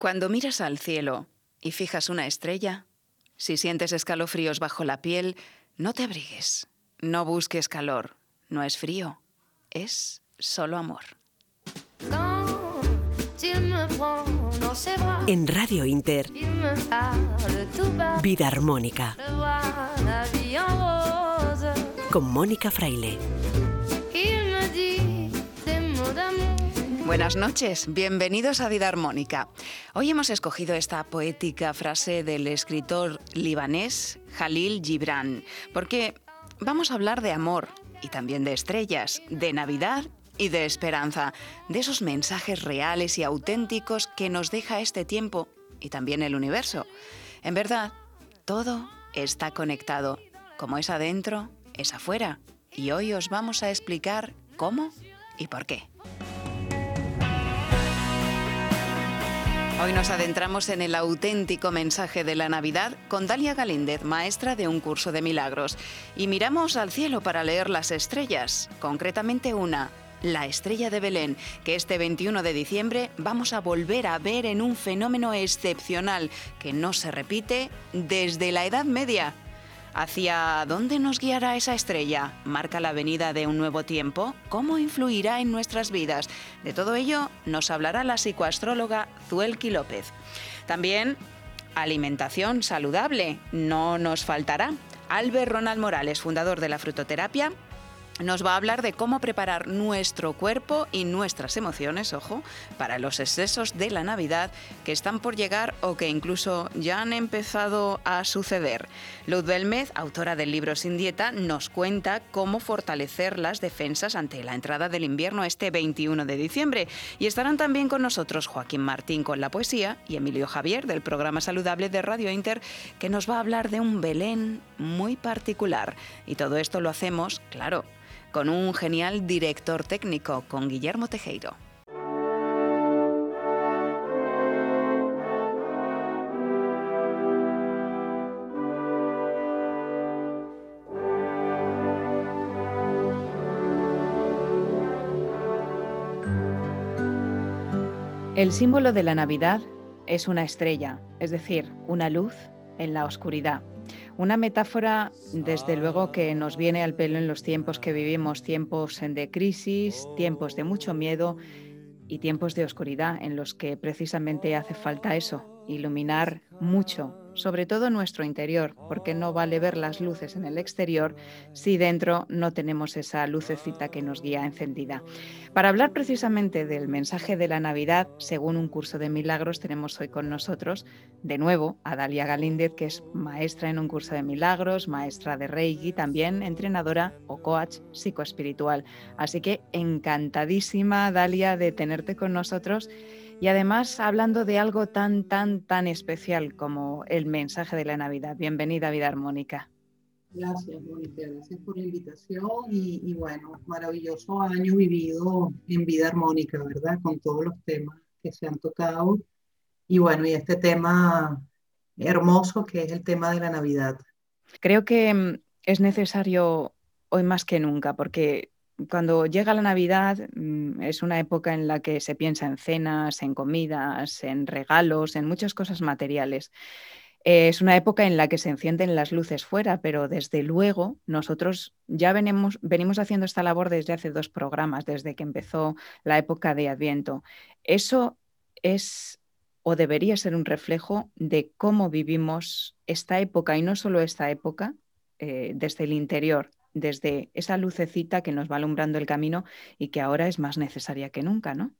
Cuando miras al cielo y fijas una estrella, si sientes escalofríos bajo la piel, no te abrigues, no busques calor, no es frío, es solo amor. En Radio Inter, Vida Armónica, con Mónica Fraile. Buenas noches, bienvenidos a Vida Armónica. Hoy hemos escogido esta poética frase del escritor libanés Jalil Gibran, porque vamos a hablar de amor y también de estrellas, de Navidad y de esperanza, de esos mensajes reales y auténticos que nos deja este tiempo y también el universo. En verdad, todo está conectado. Como es adentro, es afuera. Y hoy os vamos a explicar cómo y por qué. Hoy nos adentramos en el auténtico mensaje de la Navidad con Dalia Galíndez, maestra de un curso de milagros. Y miramos al cielo para leer las estrellas, concretamente una, la estrella de Belén, que este 21 de diciembre vamos a volver a ver en un fenómeno excepcional que no se repite desde la Edad Media. ¿Hacia dónde nos guiará esa estrella? ¿Marca la venida de un nuevo tiempo? ¿Cómo influirá en nuestras vidas? De todo ello nos hablará la psicoastróloga Zuelki López. También alimentación saludable, no nos faltará. Albert Ronald Morales, fundador de la frutoterapia, nos va a hablar de cómo preparar nuestro cuerpo y nuestras emociones, ojo, para los excesos de la Navidad que están por llegar o que incluso ya han empezado a suceder. Luz Belmez, autora del libro Sin Dieta, nos cuenta cómo fortalecer las defensas ante la entrada del invierno este 21 de diciembre. Y estarán también con nosotros Joaquín Martín con la poesía y Emilio Javier del programa Saludable de Radio Inter, que nos va a hablar de un Belén muy particular. Y todo esto lo hacemos, claro, con un genial director técnico, con Guillermo Tejero. El símbolo de la Navidad es una estrella, es decir, una luz en la oscuridad. Una metáfora, desde luego, que nos viene al pelo en los tiempos que vivimos, tiempos de crisis, tiempos de mucho miedo y tiempos de oscuridad, en los que precisamente hace falta eso, iluminar mucho, sobre todo nuestro interior, porque no vale ver las luces en el exterior si dentro no tenemos esa lucecita que nos guía encendida. Para hablar precisamente del mensaje de la Navidad, según un curso de milagros, tenemos hoy con nosotros de nuevo a Dalia Galíndez, que es maestra en un curso de milagros, maestra de Reiki, también entrenadora o coach psicoespiritual. Así que encantadísima, Dalia, de tenerte con nosotros y además hablando de algo tan especial como el mensaje de la Navidad. Bienvenida a Vida Armónica. Gracias, Mónica, gracias por la invitación y bueno, maravilloso año vivido en Vida Armónica, ¿verdad? Con todos los temas que se han tocado y bueno, y este tema hermoso que es el tema de la Navidad. Creo que es necesario hoy más que nunca, porque cuando llega la Navidad es una época en la que se piensa en cenas, en comidas, en regalos, en muchas cosas materiales. Es una época en la que se encienden las luces fuera, pero desde luego nosotros ya venimos haciendo esta labor desde hace 2 programas, desde que empezó la época de Adviento. Eso es o debería ser un reflejo de cómo vivimos esta época, y no solo esta época, desde el interior, desde esa lucecita que nos va alumbrando el camino y que ahora es más necesaria que nunca, ¿no?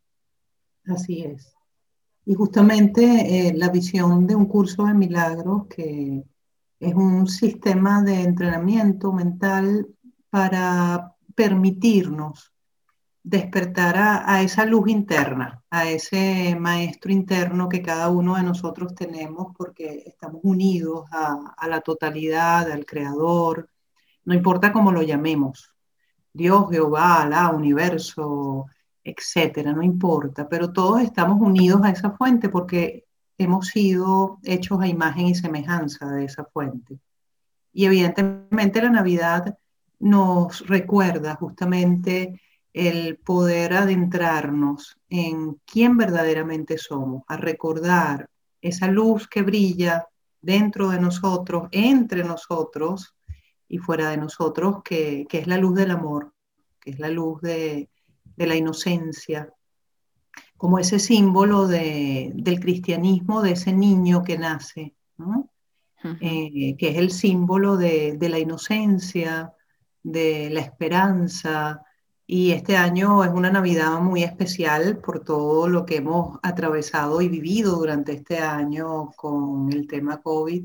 Así es. Y justamente la visión de un curso de milagros que es un sistema de entrenamiento mental para permitirnos despertar a esa luz interna, a ese maestro interno que cada uno de nosotros tenemos porque estamos unidos a la totalidad, al creador, no importa cómo lo llamemos, Dios, Jehová, Alá, universo, etcétera, no importa, pero todos estamos unidos a esa fuente porque hemos sido hechos a imagen y semejanza de esa fuente. Y evidentemente la Navidad nos recuerda justamente el poder adentrarnos en quién verdaderamente somos, a recordar esa luz que brilla dentro de nosotros, entre nosotros y fuera de nosotros, que es la luz del amor, que es la luz de la inocencia, como ese símbolo del cristianismo, de ese niño que nace, ¿no? Ujú. Que es el símbolo de la inocencia, de la esperanza. Y este año es una Navidad muy especial por todo lo que hemos atravesado y vivido durante este año con el tema COVID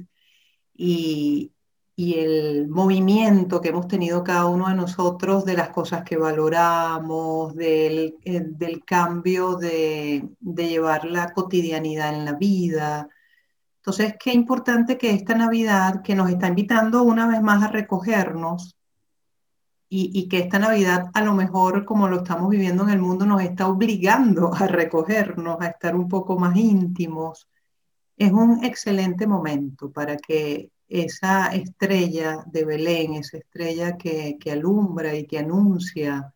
y, y el movimiento que hemos tenido cada uno de nosotros de las cosas que valoramos, del cambio de llevar la cotidianidad en la vida. Entonces, qué importante que esta Navidad, que nos está invitando una vez más a recogernos y que esta Navidad, a lo mejor como lo estamos viviendo en el mundo, nos está obligando a recogernos, a estar un poco más íntimos. Es un excelente momento para que esa estrella de Belén, esa estrella que alumbra y que anuncia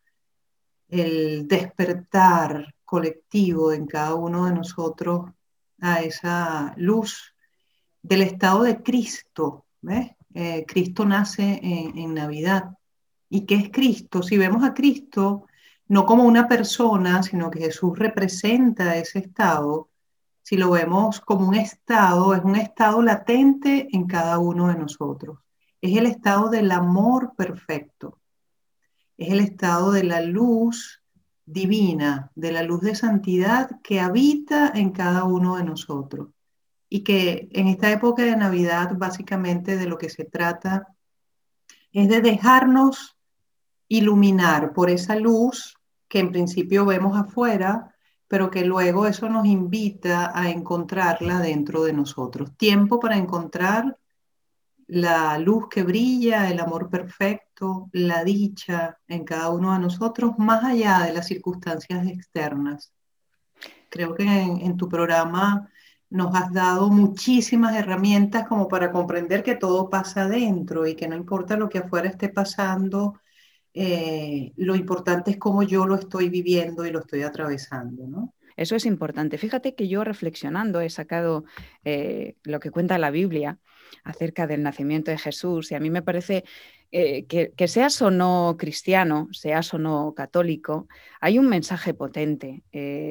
el despertar colectivo en cada uno de nosotros a esa luz del estado de Cristo, ¿ves? Cristo nace en Navidad. ¿Y qué es Cristo? Si vemos a Cristo no como una persona, sino que Jesús representa ese estado, si lo vemos como un estado, es un estado latente en cada uno de nosotros. Es el estado del amor perfecto. Es el estado de la luz divina, de la luz de santidad que habita en cada uno de nosotros. Y que en esta época de Navidad básicamente de lo que se trata es de dejarnos iluminar por esa luz que en principio vemos afuera, pero que luego eso nos invita a encontrarla dentro de nosotros. Tiempo para encontrar la luz que brilla, el amor perfecto, la dicha en cada uno de nosotros, más allá de las circunstancias externas. Creo que en tu programa nos has dado muchísimas herramientas como para comprender que todo pasa adentro y que no importa lo que afuera esté pasando, lo importante es cómo yo lo estoy viviendo y lo estoy atravesando, ¿no? Eso es importante. Fíjate que yo reflexionando he sacado lo que cuenta la Biblia acerca del nacimiento de Jesús y a mí me parece que seas o no cristiano, seas o no católico, hay un mensaje potente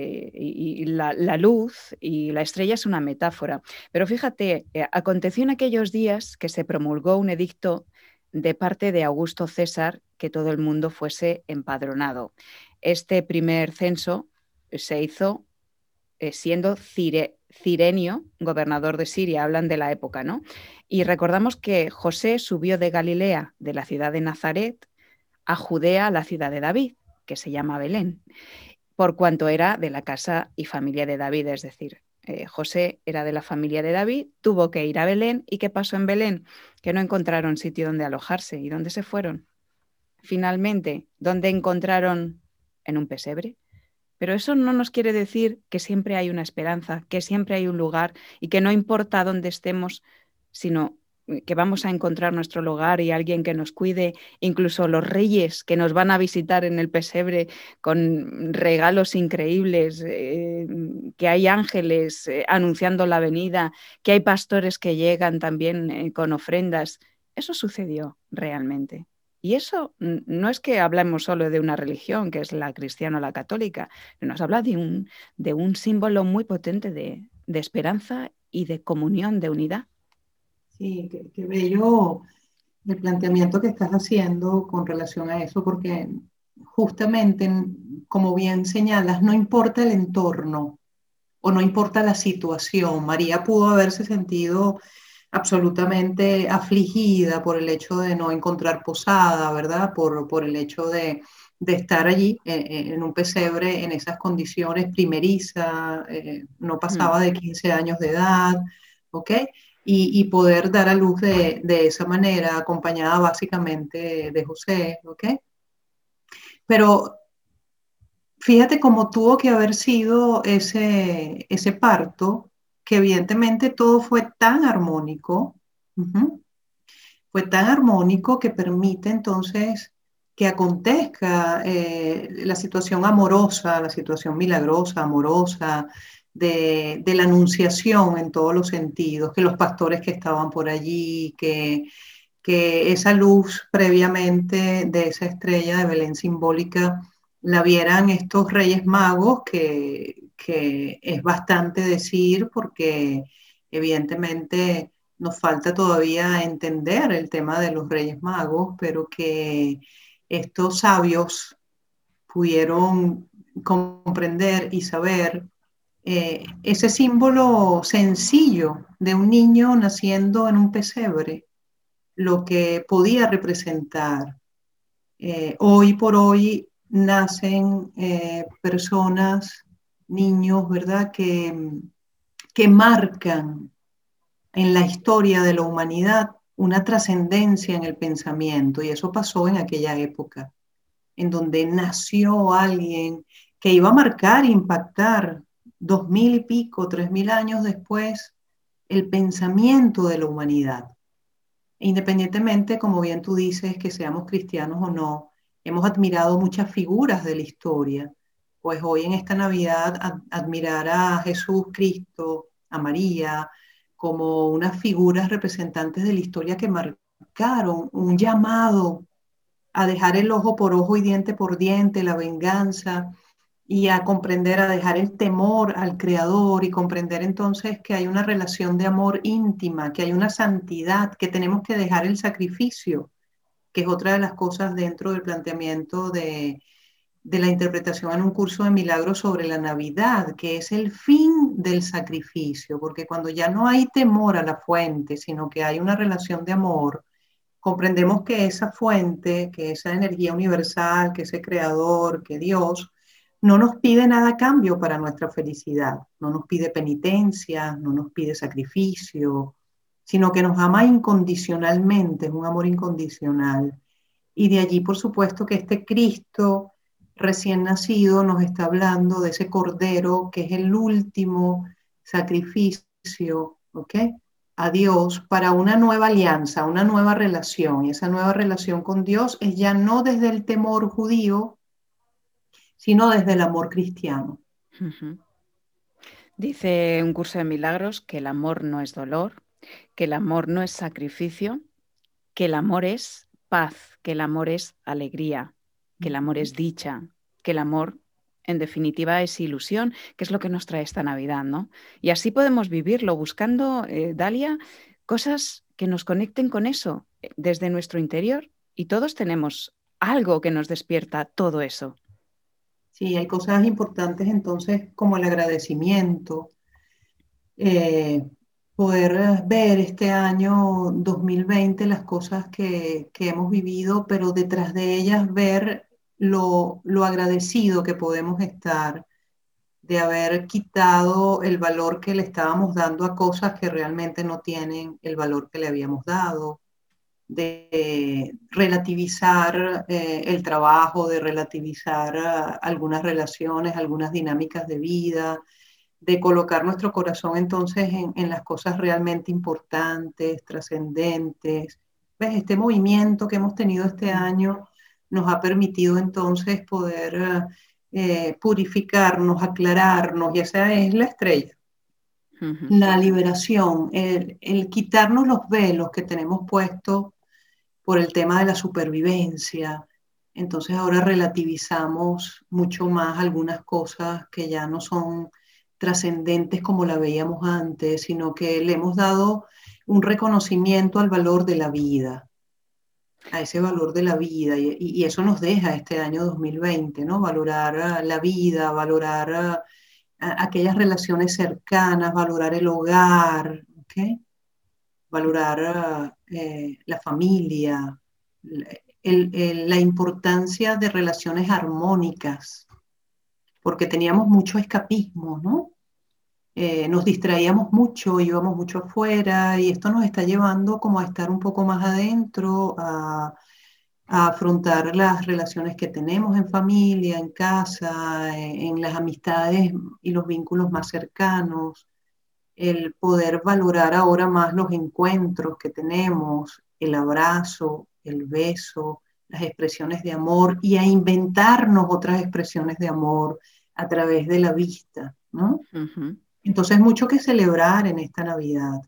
y la luz y la estrella es una metáfora. Pero fíjate, aconteció en aquellos días que se promulgó un edicto de parte de Augusto César que todo el mundo fuese empadronado. Este primer censo se hizo siendo Cirenio, gobernador de Siria, hablan de la época, ¿no? Y recordamos que José subió de Galilea, de la ciudad de Nazaret, a Judea, la ciudad de David, que se llama Belén, por cuanto era de la casa y familia de David, es decir, José era de la familia de David, tuvo que ir a Belén. ¿Y qué pasó en Belén? Que no encontraron sitio donde alojarse. ¿Y dónde se fueron? Finalmente, ¿dónde encontraron? En un pesebre. Pero eso no nos quiere decir que siempre hay una esperanza, que siempre hay un lugar y que no importa dónde estemos, sino que vamos a encontrar nuestro lugar y alguien que nos cuide, incluso los reyes que nos van a visitar en el pesebre con regalos increíbles, que hay ángeles anunciando la venida, que hay pastores que llegan también con ofrendas. Eso sucedió realmente. Y eso no es que hablemos solo de una religión, que es la cristiana o la católica, nos habla de un símbolo muy potente de esperanza y de comunión, de unidad. Sí, qué bello el planteamiento que estás haciendo con relación a eso, porque justamente, como bien señalas, no importa el entorno o no importa la situación. María pudo haberse sentido absolutamente afligida por el hecho de no encontrar posada, ¿verdad? Por el hecho de estar allí en un pesebre en esas condiciones primeriza, no Mm. pasaba de 15 años de edad, ¿ok? Y poder dar a luz de esa manera, acompañada básicamente de José, ¿ok? Pero fíjate cómo tuvo que haber sido ese parto, que evidentemente todo fue tan armónico, fue tan armónico que permite entonces que acontezca la situación amorosa, la situación milagrosa, amorosa, de la anunciación en todos los sentidos, que los pastores que estaban por allí, que esa luz previamente de esa estrella de Belén simbólica la vieran estos reyes magos, que es bastante decir porque evidentemente nos falta todavía entender el tema de los reyes magos, pero que estos sabios pudieron comprender y saber ese símbolo sencillo de un niño naciendo en un pesebre, lo que podía representar. Hoy por hoy nacen personas, niños, ¿verdad?, que marcan en la historia de la humanidad una trascendencia en el pensamiento, y eso pasó en aquella época, en donde nació alguien que iba a marcar, impactar 2000 y pico, 3000 años después, el pensamiento de la humanidad. Independientemente, como bien tú dices, que seamos cristianos o no, hemos admirado muchas figuras de la historia. Pues hoy en esta Navidad admirar a Jesús Cristo, a María, como unas figuras representantes de la historia que marcaron un llamado a dejar el ojo por ojo y diente por diente, la venganza, y a comprender, a dejar el temor al Creador y comprender entonces que hay una relación de amor íntima, que hay una santidad, que tenemos que dejar el sacrificio, que es otra de las cosas dentro del planteamiento de la interpretación en un curso de milagros sobre la Navidad, que es el fin del sacrificio, porque cuando ya no hay temor a la fuente, sino que hay una relación de amor, comprendemos que esa fuente, que esa energía universal, que ese creador, que Dios, no nos pide nada a cambio para nuestra felicidad, no nos pide penitencia, no nos pide sacrificio, sino que nos ama incondicionalmente, es un amor incondicional. Y de allí, por supuesto, que este Cristo recién nacido nos está hablando de ese Cordero que es el último sacrificio, ¿ok?, a Dios para una nueva alianza, una nueva relación. Y esa nueva relación con Dios es ya no desde el temor judío, sino desde el amor cristiano. Ujú. Dice un curso de milagros que el amor no es dolor, que el amor no es sacrificio, que el amor es paz, que el amor es alegría, que el amor es dicha, que el amor, en definitiva, es ilusión, que es lo que nos trae esta Navidad, ¿no? Y así podemos vivirlo, buscando, Dalia, cosas que nos conecten con eso desde nuestro interior, y todos tenemos algo que nos despierta todo eso. Sí, hay cosas importantes entonces como el agradecimiento, eh, poder ver este año 2020 las cosas que hemos vivido, pero detrás de ellas ver lo agradecido que podemos estar de haber quitado el valor que le estábamos dando a cosas que realmente no tienen el valor que le habíamos dado, de relativizar el trabajo, de relativizar algunas relaciones, algunas dinámicas de vida, de colocar nuestro corazón entonces en las cosas realmente importantes, trascendentes. ¿Ves? Este movimiento que hemos tenido este año nos ha permitido entonces poder purificarnos, aclararnos, y esa es la estrella. Ujú. La liberación, el quitarnos los velos que tenemos puestos por el tema de la supervivencia. Entonces ahora relativizamos mucho más algunas cosas que ya no son trascendentes como la veíamos antes, sino que le hemos dado un reconocimiento al valor de la vida, a ese valor de la vida, y eso nos deja este año 2020, ¿no? Valorar la vida, valorar aquellas relaciones cercanas, valorar el hogar, ¿ok?, valorar la familia, la importancia de relaciones armónicas, porque teníamos mucho escapismo, ¿no? Nos distraíamos mucho, íbamos mucho afuera, y esto nos está llevando como a estar un poco más adentro, a afrontar las relaciones que tenemos en familia, en casa, en las amistades y los vínculos más cercanos, el poder valorar ahora más los encuentros que tenemos, el abrazo, el beso, las expresiones de amor y a inventarnos otras expresiones de amor a través de la vista, ¿no? Ujú. Entonces, mucho que celebrar en esta Navidad.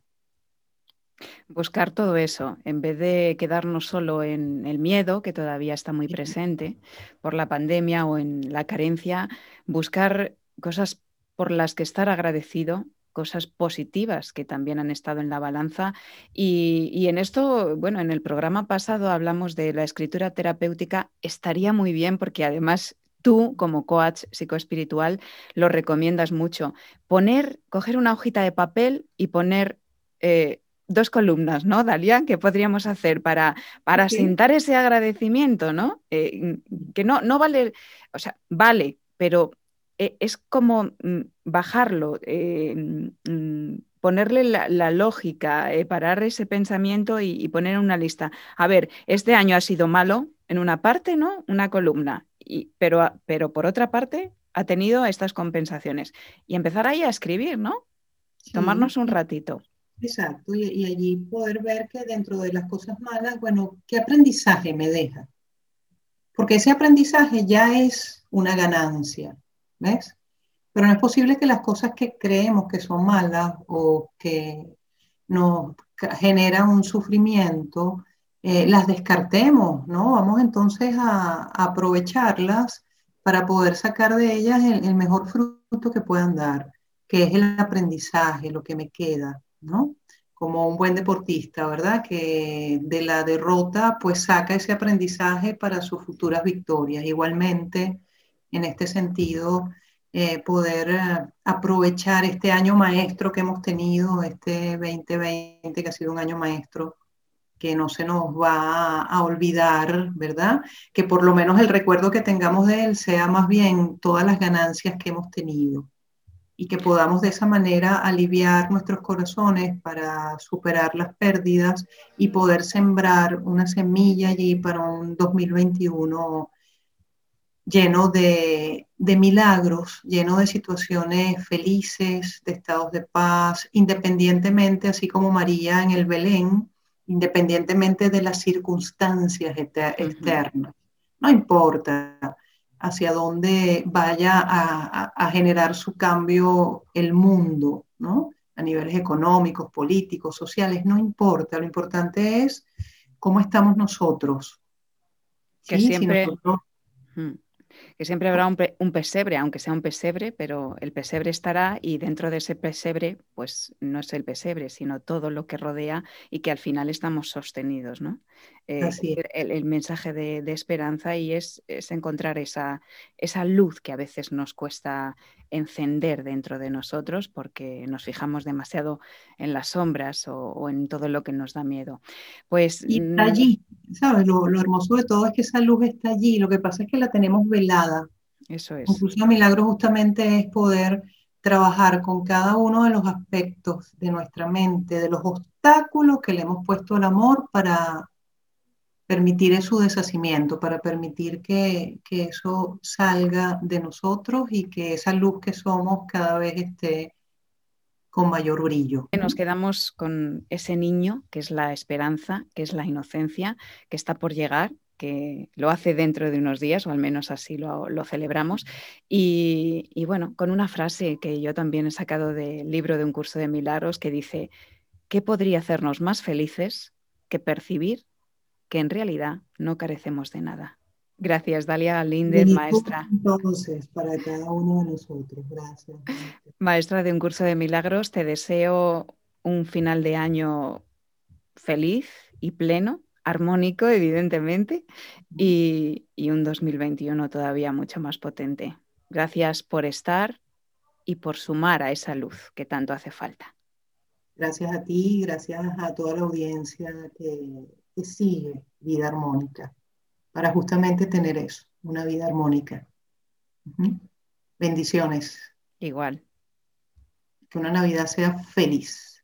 Buscar todo eso, en vez de quedarnos solo en el miedo, que todavía está muy presente por la pandemia o en la carencia, buscar cosas por las que estar agradecido, cosas positivas que también han estado en la balanza. Y en esto, bueno, en el programa pasado hablamos de la escritura terapéutica, estaría muy bien porque además tú, como coach psicoespiritual, lo recomiendas mucho. Coger una hojita de papel y poner... dos columnas, ¿no, Dalia? ¿Qué podríamos hacer para Sí, asentar ese agradecimiento, ¿no? Que no vale, o sea, vale, pero es como bajarlo, ponerle la lógica, parar ese pensamiento y poner en una lista. A ver, este año ha sido malo en una parte, ¿no? Una columna, pero por otra parte ha tenido estas compensaciones. Y empezar ahí a escribir, ¿no? sí, Tomarnos un ratito. exacto. Y allí poder ver que dentro de las cosas malas, bueno, ¿qué aprendizaje me deja? Porque ese aprendizaje ya es una ganancia, ¿ves? Pero no es posible que las cosas que creemos que son malas o que nos generan un sufrimiento, las descartemos, ¿no? Vamos entonces a aprovecharlas para poder sacar de ellas el mejor fruto que puedan dar, que es el aprendizaje, lo que me queda, ¿no? Como un buen deportista, ¿verdad? Que de la derrota pues saca ese aprendizaje para sus futuras victorias. Igualmente, en este sentido, poder aprovechar este año maestro que hemos tenido, este 2020, que ha sido un año maestro, que no se nos va a olvidar, ¿verdad? Que por lo menos el recuerdo que tengamos de él sea más bien todas las ganancias que hemos tenido y que podamos de esa manera aliviar nuestros corazones para superar las pérdidas y poder sembrar una semilla allí para un 2021 lleno de milagros, lleno de situaciones felices, de estados de paz, independientemente, así como María en el Belén, independientemente de las circunstancias Ujú. externas. No importa hacia dónde vaya a generar su cambio el mundo, ¿no? A niveles económicos, políticos, sociales, no importa. Lo importante es cómo estamos nosotros, Que ¿sí? Si siempre, nosotros mm, que siempre habrá un pesebre, aunque sea un pesebre, pero el pesebre estará y dentro de ese pesebre, pues no es el pesebre, sino todo lo que rodea y que al final estamos sostenidos, ¿no? así es. El mensaje de esperanza y es encontrar esa luz que a veces nos cuesta encender dentro de nosotros porque nos fijamos demasiado en las sombras o en todo lo que nos da miedo. Pues Y está allí, ¿sabes? Lo hermoso de todo es que esa luz está allí, lo que pasa es que la tenemos velada. eso Un es. curso de milagro justamente es poder trabajar con cada uno de los aspectos de nuestra mente, de los obstáculos que le hemos puesto al amor para permitir su deshacimiento, para permitir que eso salga de nosotros y que esa luz que somos cada vez esté con mayor brillo, Nos ¿no? quedamos con ese niño, que es la esperanza, que es la inocencia, que está por llegar, que lo hace dentro de unos días, o al menos así lo celebramos. Y bueno, con una frase que yo también he sacado del libro de Un curso de milagros, que dice, ¿qué podría hacernos más felices que percibir que en realidad no carecemos de nada? Gracias, Dalia Líndez, Plenitud maestra. entonces para cada uno de nosotros. Gracias. Maestra de Un curso de milagros, te deseo un final de año feliz y pleno, armónico, evidentemente, y un 2021 todavía mucho más potente. Gracias por estar y por sumar a esa luz que tanto hace falta. Gracias a ti, gracias a toda la audiencia que sigue Vida Armónica, para justamente tener eso, una vida armónica. Ujú. Bendiciones, Igual. que una Navidad sea feliz.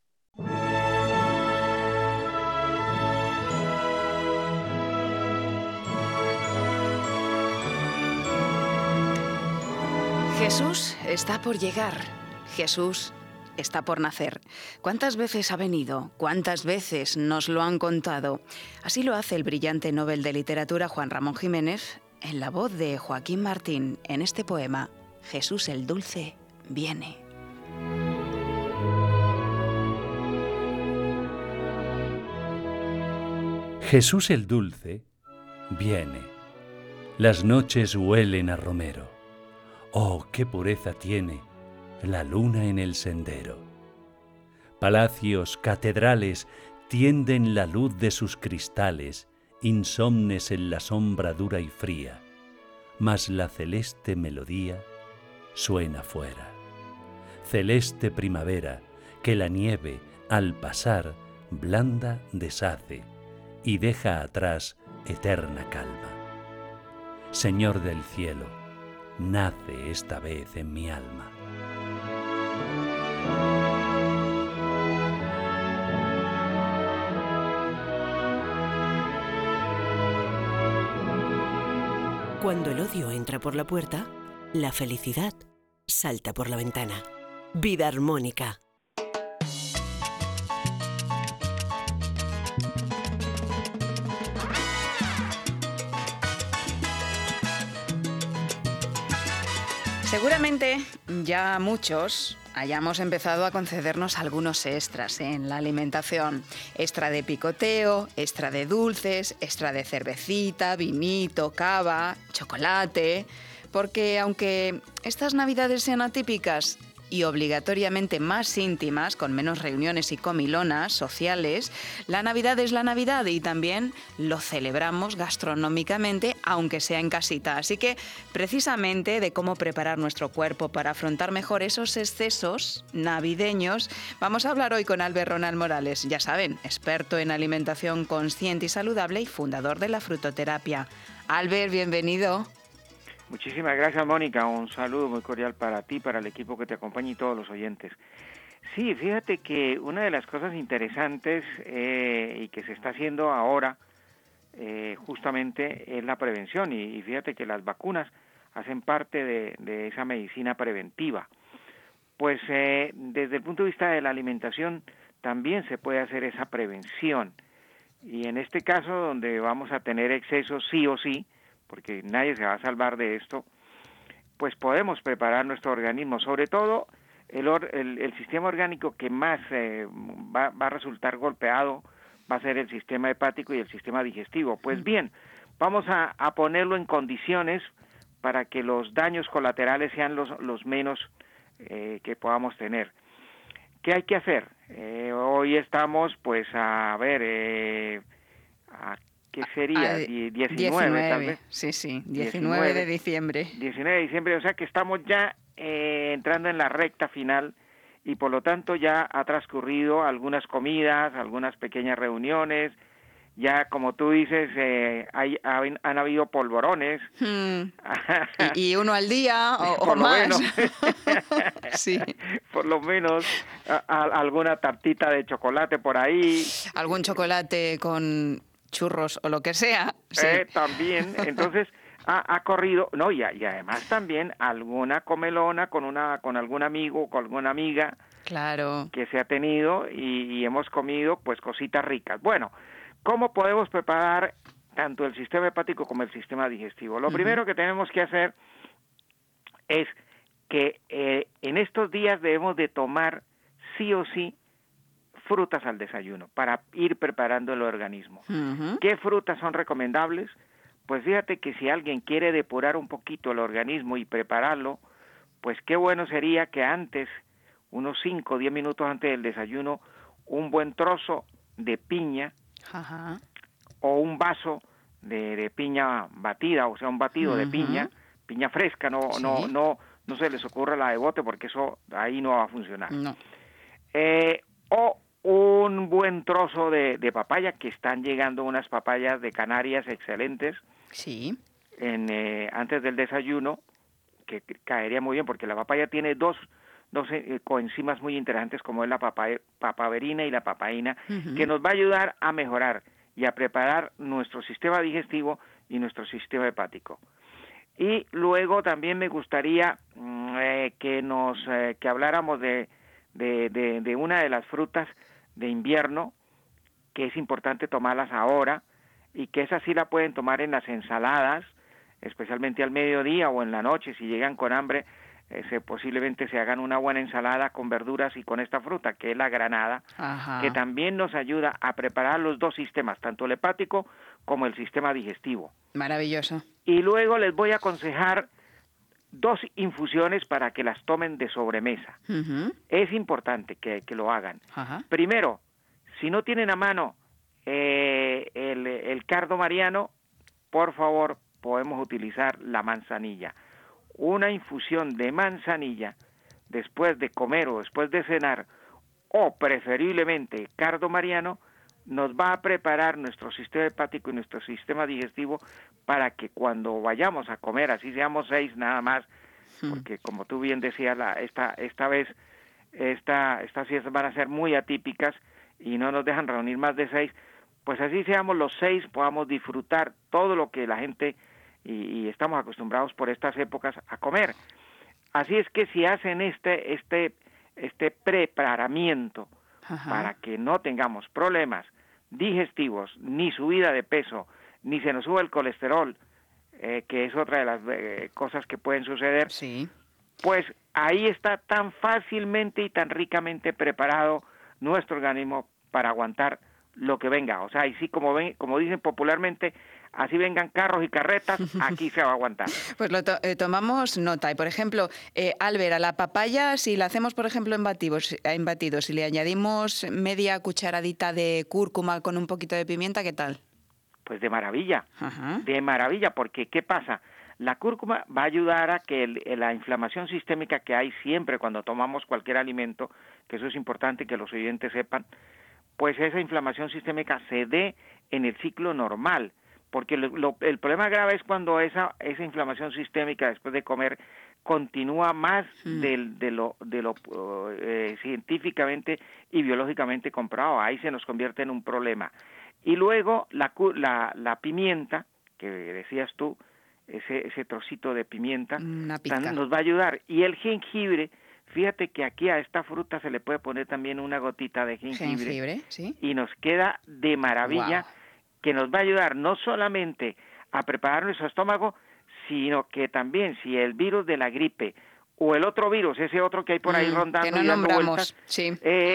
Jesús está por llegar. Jesús está por nacer. ¿Cuántas veces ha venido? ¿Cuántas veces nos lo han contado? Así lo hace el brillante Nobel de Literatura Juan Ramón Jiménez en la voz de Joaquín Martín en este poema Jesús el Dulce viene. Jesús el Dulce viene. Las noches huelen a romero. Oh, qué pureza tiene la luna en el sendero. Palacios, catedrales tienden la luz de sus cristales, insomnes en la sombra dura y fría, mas la celeste melodía suena fuera. Celeste primavera que la nieve al pasar blanda deshace y deja atrás eterna calma. Señor del cielo, nace esta vez en mi alma. Cuando el odio entra por la puerta, la felicidad salta por la ventana. Vida armónica. Seguramente ya muchos hayamos empezado a concedernos algunos extras en la alimentación. Extra de picoteo, extra de dulces, extra de cervecita, vinito, cava, chocolate. Porque aunque estas navidades sean atípicas y obligatoriamente más íntimas, con menos reuniones y comilonas sociales, la Navidad es la Navidad y también lo celebramos gastronómicamente, aunque sea en casita. Así que, precisamente de cómo preparar nuestro cuerpo para afrontar mejor esos excesos navideños, vamos a hablar hoy con Albert Ronald Morales, ya saben, experto en alimentación consciente y saludable y fundador de la frutoterapia. Albert, bienvenido. Muchísimas gracias, Mónica. Un saludo muy cordial para ti, para el equipo que te acompaña y todos los oyentes. Sí, fíjate que una de las cosas interesantes y que se está haciendo ahora justamente es la prevención. Y fíjate que las vacunas hacen parte de esa medicina preventiva. Pues desde el punto de vista de la alimentación también se puede hacer esa prevención. Y en este caso, donde vamos a tener excesos sí o sí, porque nadie se va a salvar de esto, pues podemos preparar nuestro organismo. Sobre todo, el sistema orgánico que más va a resultar golpeado va a ser el sistema hepático y el sistema digestivo. Pues bien, vamos a ponerlo en condiciones para que los daños colaterales sean los menos que podamos tener. ¿Qué hay que hacer? Hoy estamos, pues, ¿qué sería? 19, tal vez. Sí, 19 de diciembre. 19 de diciembre, o sea que estamos ya entrando en la recta final y por lo tanto ya ha transcurrido algunas comidas, algunas pequeñas reuniones, ya como tú dices, han habido polvorones. Y uno al día o por más. Lo menos. Sí. Por lo menos alguna tartita de chocolate por ahí. Algún chocolate con churros o lo que sea. Sí. También, entonces ha corrido, no, y además también alguna comelona con algún amigo o con alguna amiga, claro, que se ha tenido y hemos comido pues cositas ricas. Bueno, ¿cómo podemos preparar tanto el sistema hepático como el sistema digestivo? Lo primero que tenemos que hacer es que en estos días debemos de tomar sí o sí frutas al desayuno para ir preparando el organismo. ¿Qué frutas son recomendables? Pues fíjate que si alguien quiere depurar un poquito el organismo y prepararlo, pues qué bueno sería que antes, unos 5 o 10 minutos antes del desayuno, un buen trozo de piña o un vaso de piña batida, o sea, un batido de piña fresca, no se les ocurra la de bote porque eso ahí no va a funcionar. No. O un buen trozo de papaya, que están llegando unas papayas de Canarias excelentes. Sí. Antes del desayuno, que caería muy bien porque la papaya tiene dos coenzimas muy interesantes, como es la papaverina y la papaína, que nos va a ayudar a mejorar y a preparar nuestro sistema digestivo y nuestro sistema hepático. Y luego también me gustaría que habláramos de de una de las frutas de invierno, que es importante tomarlas ahora, y que esa sí la pueden tomar en las ensaladas, especialmente al mediodía o en la noche, si llegan con hambre, posiblemente se hagan una buena ensalada con verduras y con esta fruta, que es la granada, Ajá. que también nos ayuda a preparar los dos sistemas, tanto el hepático como el sistema digestivo. Maravilloso. Y luego les voy a aconsejar 2 infusiones para que las tomen de sobremesa. Ujú. Es importante que lo hagan. Ajá. Primero, si no tienen a mano el cardo mariano, por favor, podemos utilizar la manzanilla. Una infusión de manzanilla después de comer o después de cenar, o preferiblemente cardo mariano, nos va a preparar nuestro sistema hepático y nuestro sistema digestivo para que cuando vayamos a comer, así seamos 6 nada más, porque como tú bien decías, esta vez estas fiestas van a ser muy atípicas y no nos dejan reunir más de 6, pues así seamos los 6, podamos disfrutar todo lo que la gente y estamos acostumbrados por estas épocas a comer. Así es que si hacen este preparamiento Ajá. para que no tengamos problemas digestivos, ni subida de peso, ni se nos suba el colesterol, que es otra de las cosas que pueden suceder, Sí. pues ahí está tan fácilmente y tan ricamente preparado nuestro organismo para aguantar lo que venga. O sea, y sí, como dicen popularmente, así vengan carros y carretas, aquí se va a aguantar. Pues tomamos nota. Y, por ejemplo, Albert, a la papaya, si la hacemos, por ejemplo, en batidos, si le añadimos media cucharadita de cúrcuma con un poquito de pimienta, ¿qué tal? Pues de maravilla, Ajá. de maravilla, porque ¿qué pasa? La cúrcuma va a ayudar a que la inflamación sistémica que hay siempre cuando tomamos cualquier alimento, que eso es importante que los oyentes sepan, pues esa inflamación sistémica se dé en el ciclo normal, porque el problema grave es cuando esa inflamación sistémica después de comer continúa más de lo científicamente y biológicamente comprobado. Ahí se nos convierte en un problema. Y luego la pimienta, que decías tú, ese trocito de pimienta, Una pizca. nos va a ayudar. Y el jengibre, fíjate que aquí a esta fruta se le puede poner también una gotita de jengibre, ¿sí? y nos queda de maravilla, Wow. que nos va a ayudar no solamente a preparar nuestro estómago, sino que también si el virus de la gripe o el otro virus, ese otro que hay por ahí rondando que no y dando nombramos, vueltas, sí.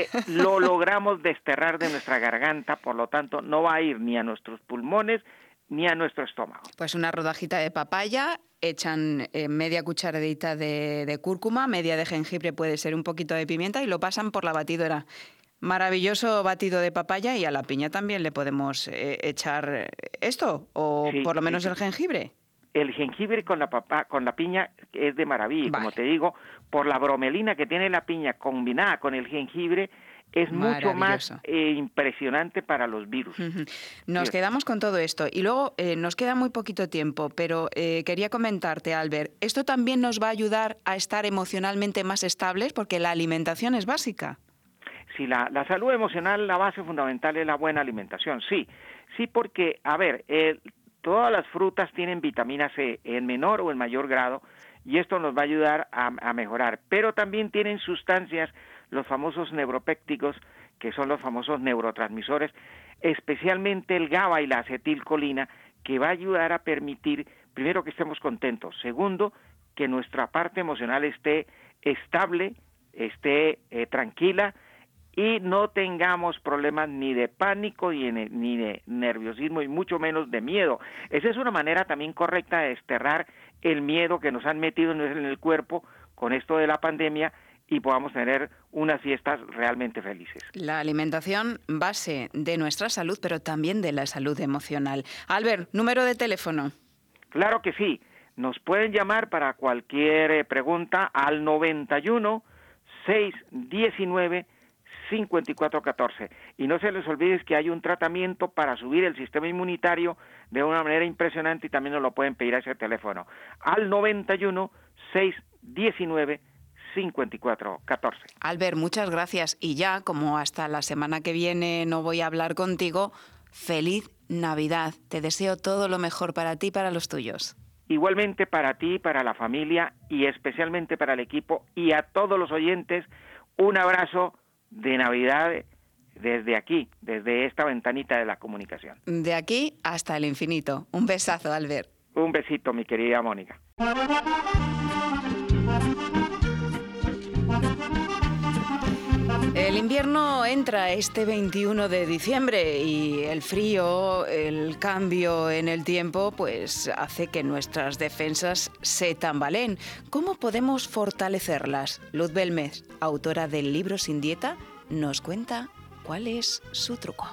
lo logramos desterrar de nuestra garganta, por lo tanto no va a ir ni a nuestros pulmones ni a nuestro estómago. Pues una rodajita de papaya, echan media cucharadita de cúrcuma, media de jengibre, puede ser un poquito de pimienta y lo pasan por la batidora. Maravilloso batido de papaya, y a la piña también le podemos echar esto, o Sí, por lo menos sí. el jengibre. El jengibre con la piña es de maravilla, y Vale. como te digo, por la bromelina que tiene la piña combinada con el jengibre, es mucho más Maravilloso. Impresionante para los virus. Ujú. Nos Sí. quedamos con todo esto y luego nos queda muy poquito tiempo, pero quería comentarte, Albert, esto también nos va a ayudar a estar emocionalmente más estables porque la alimentación es básica. Si la salud emocional, la base fundamental es la buena alimentación, sí, porque, a ver, todas las frutas tienen vitamina C en menor o en mayor grado, y esto nos va a ayudar a mejorar, pero también tienen sustancias, los famosos neuropépticos, que son los famosos neurotransmisores, especialmente el GABA y la acetilcolina, que va a ayudar a permitir, primero, que estemos contentos, segundo, que nuestra parte emocional esté estable, esté tranquila, y no tengamos problemas ni de pánico ni de nerviosismo y mucho menos de miedo. Esa es una manera también correcta de desterrar el miedo que nos han metido en el cuerpo con esto de la pandemia y podamos tener unas fiestas realmente felices. La alimentación, base de nuestra salud, pero también de la salud emocional. Albert, número de teléfono. Claro que sí. Nos pueden llamar para cualquier pregunta al 91 619 5414. Y no se les olvide que hay un tratamiento para subir el sistema inmunitario de una manera impresionante y también nos lo pueden pedir a ese teléfono al 91 619 5414. Albert, muchas gracias. Y ya, como hasta la semana que viene no voy a hablar contigo, feliz Navidad. Te deseo todo lo mejor para ti y para los tuyos. Igualmente para ti, para la familia y especialmente para el equipo y a todos los oyentes, Un abrazo de Navidad desde aquí, desde esta ventanita de la comunicación. De aquí hasta el infinito. Un besazo, Albert. Un besito, mi querida Mónica. El invierno entra este 21 de diciembre y el frío, el cambio en el tiempo, pues hace que nuestras defensas se tambaleen. ¿Cómo podemos fortalecerlas? Luz Belmez, autora del libro Sin Dieta, nos cuenta cuál es su truco.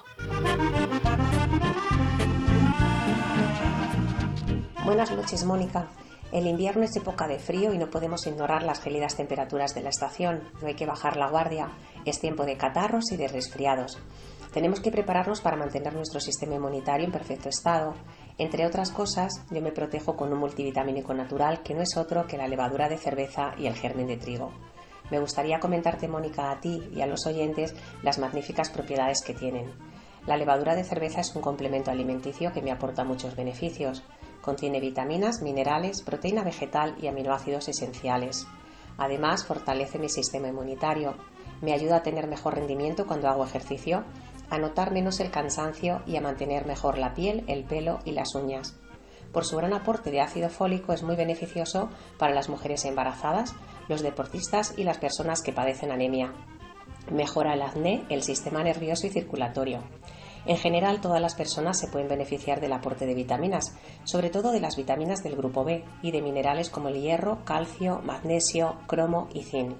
Buenas noches, Mónica. El invierno es época de frío y no podemos ignorar las gélidas temperaturas de la estación. No hay que bajar la guardia. Es tiempo de catarros y de resfriados. Tenemos que prepararnos para mantener nuestro sistema inmunitario en perfecto estado. Entre otras cosas, yo me protejo con un multivitamínico natural que no es otro que la levadura de cerveza y el germen de trigo. Me gustaría comentarte, Mónica, a ti y a los oyentes las magníficas propiedades que tienen. La levadura de cerveza es un complemento alimenticio que me aporta muchos beneficios. Contiene vitaminas, minerales, proteína vegetal y aminoácidos esenciales. Además, fortalece mi sistema inmunitario. Me ayuda a tener mejor rendimiento cuando hago ejercicio, a notar menos el cansancio y a mantener mejor la piel, el pelo y las uñas. Por su gran aporte de ácido fólico es muy beneficioso para las mujeres embarazadas, los deportistas y las personas que padecen anemia. Mejora el acné, el sistema nervioso y circulatorio. En general, todas las personas se pueden beneficiar del aporte de vitaminas, sobre todo de las vitaminas del grupo B y de minerales como el hierro, calcio, magnesio, cromo y zinc.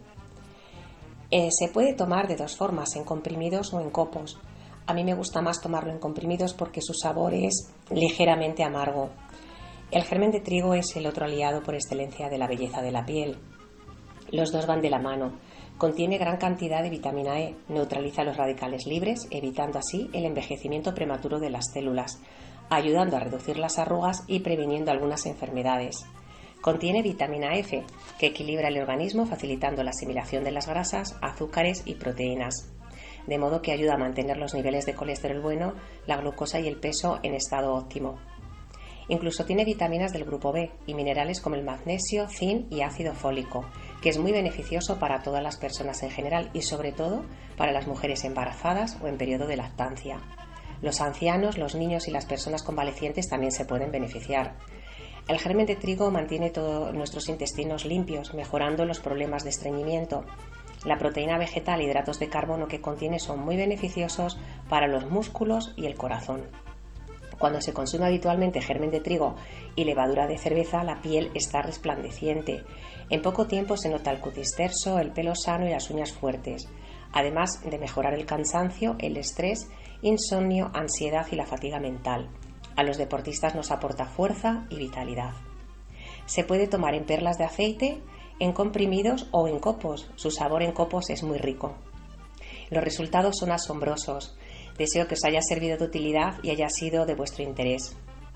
Se puede tomar de dos formas, en comprimidos o en copos. A mí me gusta más tomarlo en comprimidos porque su sabor es ligeramente amargo. El germen de trigo es el otro aliado por excelencia de la belleza de la piel. Los dos van de la mano. Contiene gran cantidad de vitamina E, neutraliza los radicales libres, evitando así el envejecimiento prematuro de las células, ayudando a reducir las arrugas y previniendo algunas enfermedades. Contiene vitamina F, que equilibra el organismo facilitando la asimilación de las grasas, azúcares y proteínas, de modo que ayuda a mantener los niveles de colesterol bueno, la glucosa y el peso en estado óptimo. Incluso tiene vitaminas del grupo B y minerales como el magnesio, zinc y ácido fólico, que es muy beneficioso para todas las personas en general y sobre todo para las mujeres embarazadas o en periodo de lactancia. Los ancianos, los niños y las personas convalecientes también se pueden beneficiar. El germen de trigo mantiene todos nuestros intestinos limpios, mejorando los problemas de estreñimiento. La proteína vegetal y hidratos de carbono que contiene son muy beneficiosos para los músculos y el corazón. Cuando se consume habitualmente germen de trigo y levadura de cerveza, la piel está resplandeciente. En poco tiempo se nota el cutis terso, el pelo sano y las uñas fuertes, además de mejorar el cansancio, el estrés, insomnio, ansiedad y la fatiga mental. A los deportistas nos aporta fuerza y vitalidad. Se puede tomar en perlas de aceite, en comprimidos o en copos. Su sabor en copos es muy rico. Los resultados son asombrosos. Deseo que os haya servido de utilidad y haya sido de vuestro interés.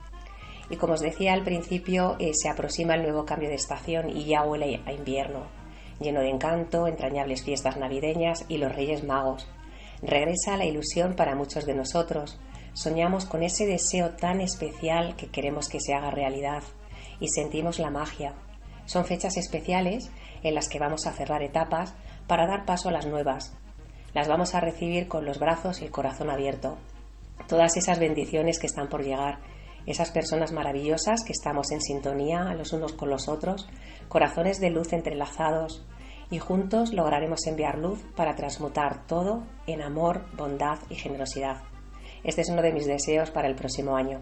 Y como os decía al principio, se aproxima el nuevo cambio de estación y ya huele a invierno, lleno de encanto, entrañables fiestas navideñas y los Reyes Magos. Regresa la ilusión para muchos de nosotros. Soñamos con ese deseo tan especial que queremos que se haga realidad y sentimos la magia. Son fechas especiales en las que vamos a cerrar etapas para dar paso a las nuevas. Las vamos a recibir con los brazos y el corazón abierto. Todas esas bendiciones que están por llegar, esas personas maravillosas que estamos en sintonía los unos con los otros, corazones de luz entrelazados, y juntos lograremos enviar luz para transmutar todo en amor, bondad y generosidad. Este es uno de mis deseos para el próximo año.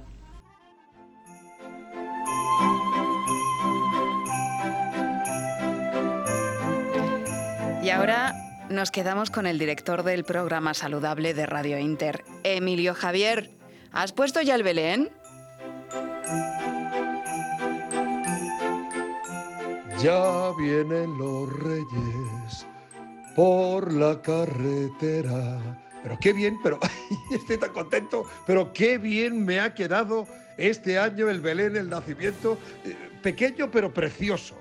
Y ahora nos quedamos con el director del programa saludable de Radio Inter, Emilio Javier. ¿Has puesto ya el Belén? Ya vienen los reyes por la carretera. Pero qué bien, estoy tan contento, pero qué bien me ha quedado este año el Belén, el nacimiento, pequeño pero precioso.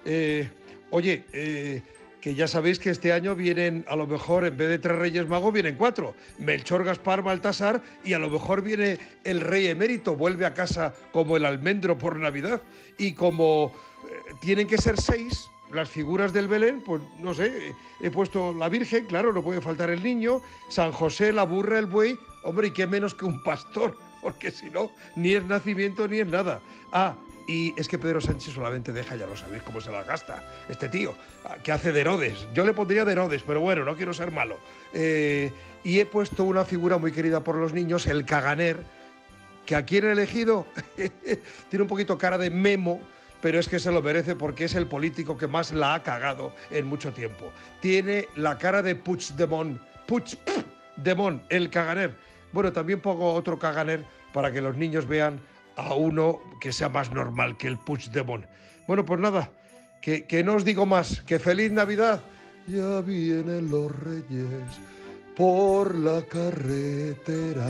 Que ya sabéis que este año vienen, a lo mejor en vez de 3 Reyes Magos, vienen 4. Melchor, Gaspar, Baltasar, y a lo mejor viene el Rey Emérito, vuelve a casa como el almendro por Navidad. Y como tienen que ser 6, las figuras del Belén, pues no sé, he puesto la Virgen, claro, no puede faltar el niño, San José, la burra, el buey, hombre, y qué menos que un pastor, porque si no, ni es nacimiento ni es nada. Y es que Pedro Sánchez solamente deja, ya lo sabéis cómo se la gasta, este tío, que hace de Herodes. Yo le pondría de Herodes, pero bueno, no quiero ser malo. Y he puesto una figura muy querida por los niños, el Caganer, que aquí han elegido, tiene un poquito cara de Memo, pero es que se lo merece porque es el político que más la ha cagado en mucho tiempo. Tiene la cara de Puigdemont, el Caganer. Bueno, también pongo otro Caganer para que los niños vean a uno que sea más normal que el Puigdemont. Bueno, pues nada, que no os digo más, que feliz Navidad. Ya vienen los reyes por la carretera.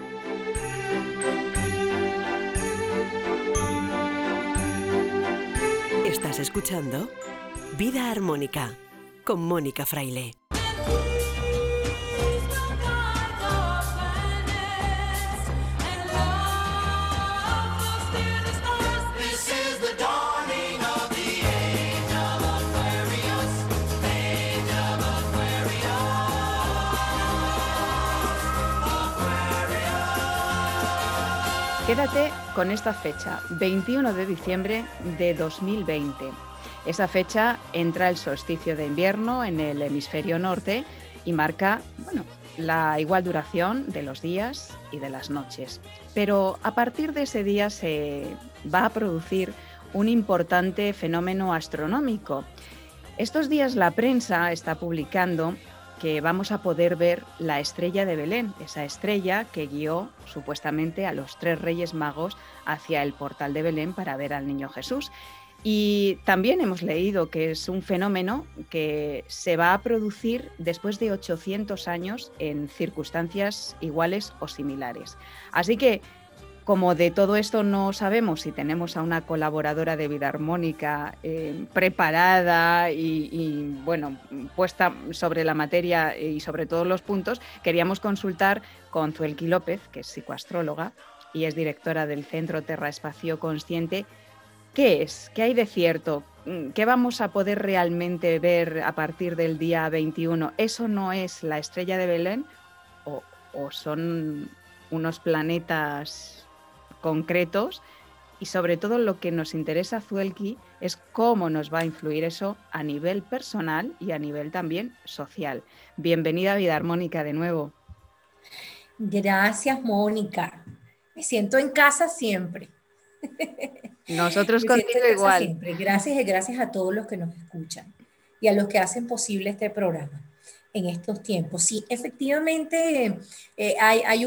Estás escuchando Vida Armónica con Mónica Fraile. Quédate con esta fecha, 21 de diciembre de 2020. Esa fecha entra el solsticio de invierno en el hemisferio norte y marca, la igual duración de los días y de las noches. Pero a partir de ese día se va a producir un importante fenómeno astronómico. Estos días la prensa está publicando que vamos a poder ver la estrella de Belén, esa estrella que guió supuestamente a los 3 Reyes Magos hacia el portal de Belén para ver al niño Jesús. Y también hemos leído que es un fenómeno que se va a producir después de 800 años en circunstancias iguales o similares. Así que, como de todo esto no sabemos si tenemos a una colaboradora de Vida Armónica preparada y puesta sobre la materia y sobre todos los puntos, queríamos consultar con Zuelki López, que es psicoastróloga y es directora del Centro Terra Espacio Consciente. ¿Qué es? ¿Qué hay de cierto? ¿Qué vamos a poder realmente ver a partir del día 21? ¿Eso no es la estrella de Belén o son unos planetas concretos? Y sobre todo lo que nos interesa, Zuelki, es cómo nos va a influir eso a nivel personal y a nivel también social. Bienvenida a Vida Armónica de nuevo. Gracias, Mónica. Me siento en casa siempre. Nosotros contigo igual. Siempre. Gracias a todos los que nos escuchan y a los que hacen posible este programa en estos tiempos. Sí, efectivamente hay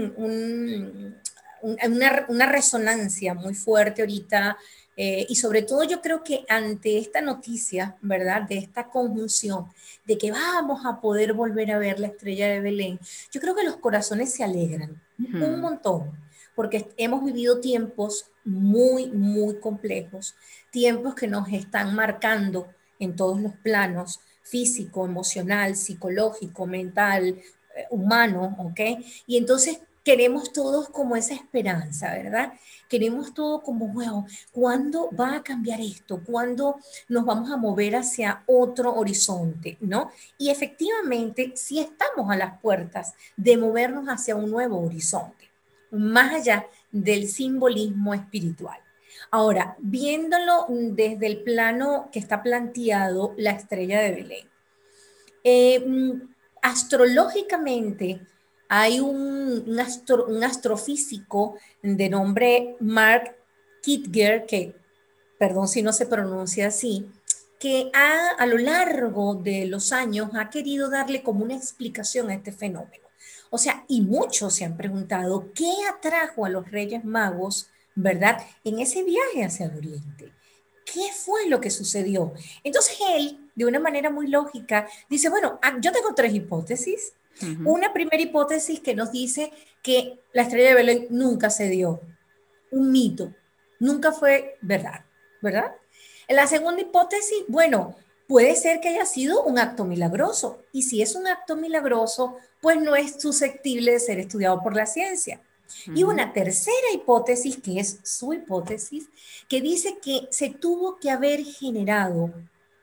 una resonancia muy fuerte ahorita y sobre todo yo creo que ante esta noticia, ¿verdad? De esta conjunción de que vamos a poder volver a ver la estrella de Belén, yo creo que los corazones se alegran un montón, porque hemos vivido tiempos muy, muy complejos, tiempos que nos están marcando en todos los planos, físico, emocional, psicológico, mental, humano, ¿ok? Y entonces queremos todos como esa esperanza, ¿verdad? Queremos todo como, wow, ¿cuándo va a cambiar esto? ¿Cuándo nos vamos a mover hacia otro horizonte? ¿No? Y efectivamente, sí estamos a las puertas de movernos hacia un nuevo horizonte, más allá del simbolismo espiritual. Ahora, viéndolo desde el plano que está planteado la estrella de Belén, astrológicamente hay un astrofísico de nombre Mark Kitger, que, perdón si no se pronuncia así, que a lo largo de los años ha querido darle como una explicación a este fenómeno. O sea, y muchos se han preguntado qué atrajo a los Reyes Magos, ¿verdad?, en ese viaje hacia el Oriente. ¿Qué fue lo que sucedió? Entonces él, de una manera muy lógica, dice, bueno, yo tengo 3 hipótesis. Una primera hipótesis que nos dice que la estrella de Belén nunca se dio, un mito, nunca fue verdad, ¿verdad? La segunda hipótesis, bueno, puede ser que haya sido un acto milagroso, y si es un acto milagroso, pues no es susceptible de ser estudiado por la ciencia. Y una tercera hipótesis, que es su hipótesis, que dice que se tuvo que haber generado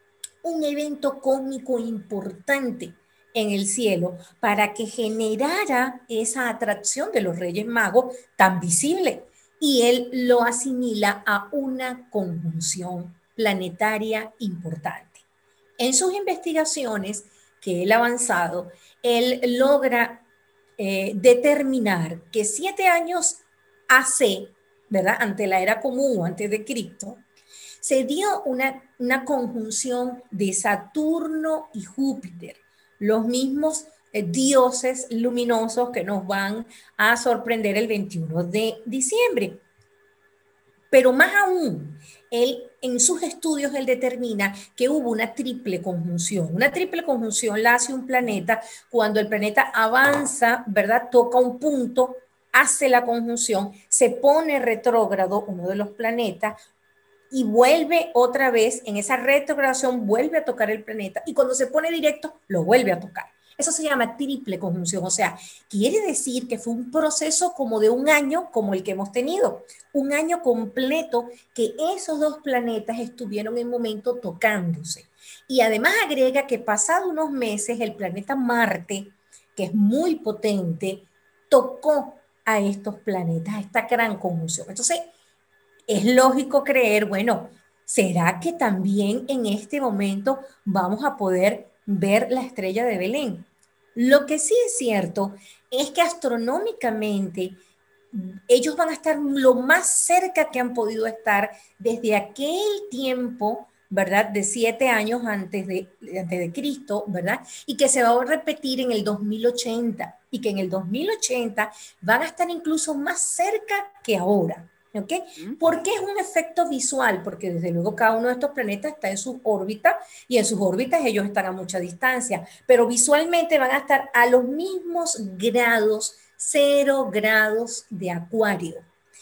un evento cósmico importante en el cielo para que generara esa atracción de los Reyes Magos tan visible. Y él lo asimila a una conjunción planetaria importante. En sus investigaciones que él ha avanzado, él logra determinar que 7 años AC, ¿verdad? Ante la era común o antes de Cristo, se dio una conjunción de Saturno y Júpiter, los mismos dioses luminosos que nos van a sorprender el 21 de diciembre. Pero más aún, él en sus estudios él determina que hubo una triple conjunción. Una triple conjunción la hace un planeta cuando el planeta avanza, ¿verdad? Toca un punto, hace la conjunción, se pone retrógrado uno de los planetas y vuelve otra vez en esa retrogradación, vuelve a tocar el planeta y cuando se pone directo lo vuelve a tocar. Eso se llama triple conjunción, o sea, quiere decir que fue un proceso como de un año, como el que hemos tenido, un año completo que esos dos planetas estuvieron en momento tocándose. Y además agrega que pasado unos meses el planeta Marte, que es muy potente, tocó a estos planetas, a esta gran conjunción. Entonces, es lógico creer, bueno, ¿será que también en este momento vamos a poder ver la estrella de Belén? Lo que sí es cierto es que astronómicamente ellos van a estar lo más cerca que han podido estar desde aquel tiempo, ¿verdad? De 7 años antes de Cristo, ¿verdad? Y que se va a repetir en el 2080 y que en el 2080 van a estar incluso más cerca que ahora. ¿Ok? ¿Por qué es un efecto visual? Porque desde luego cada uno de estos planetas está en sus órbitas y en sus órbitas ellos están a mucha distancia, pero visualmente van a estar a los mismos grados, 0 grados de Acuario.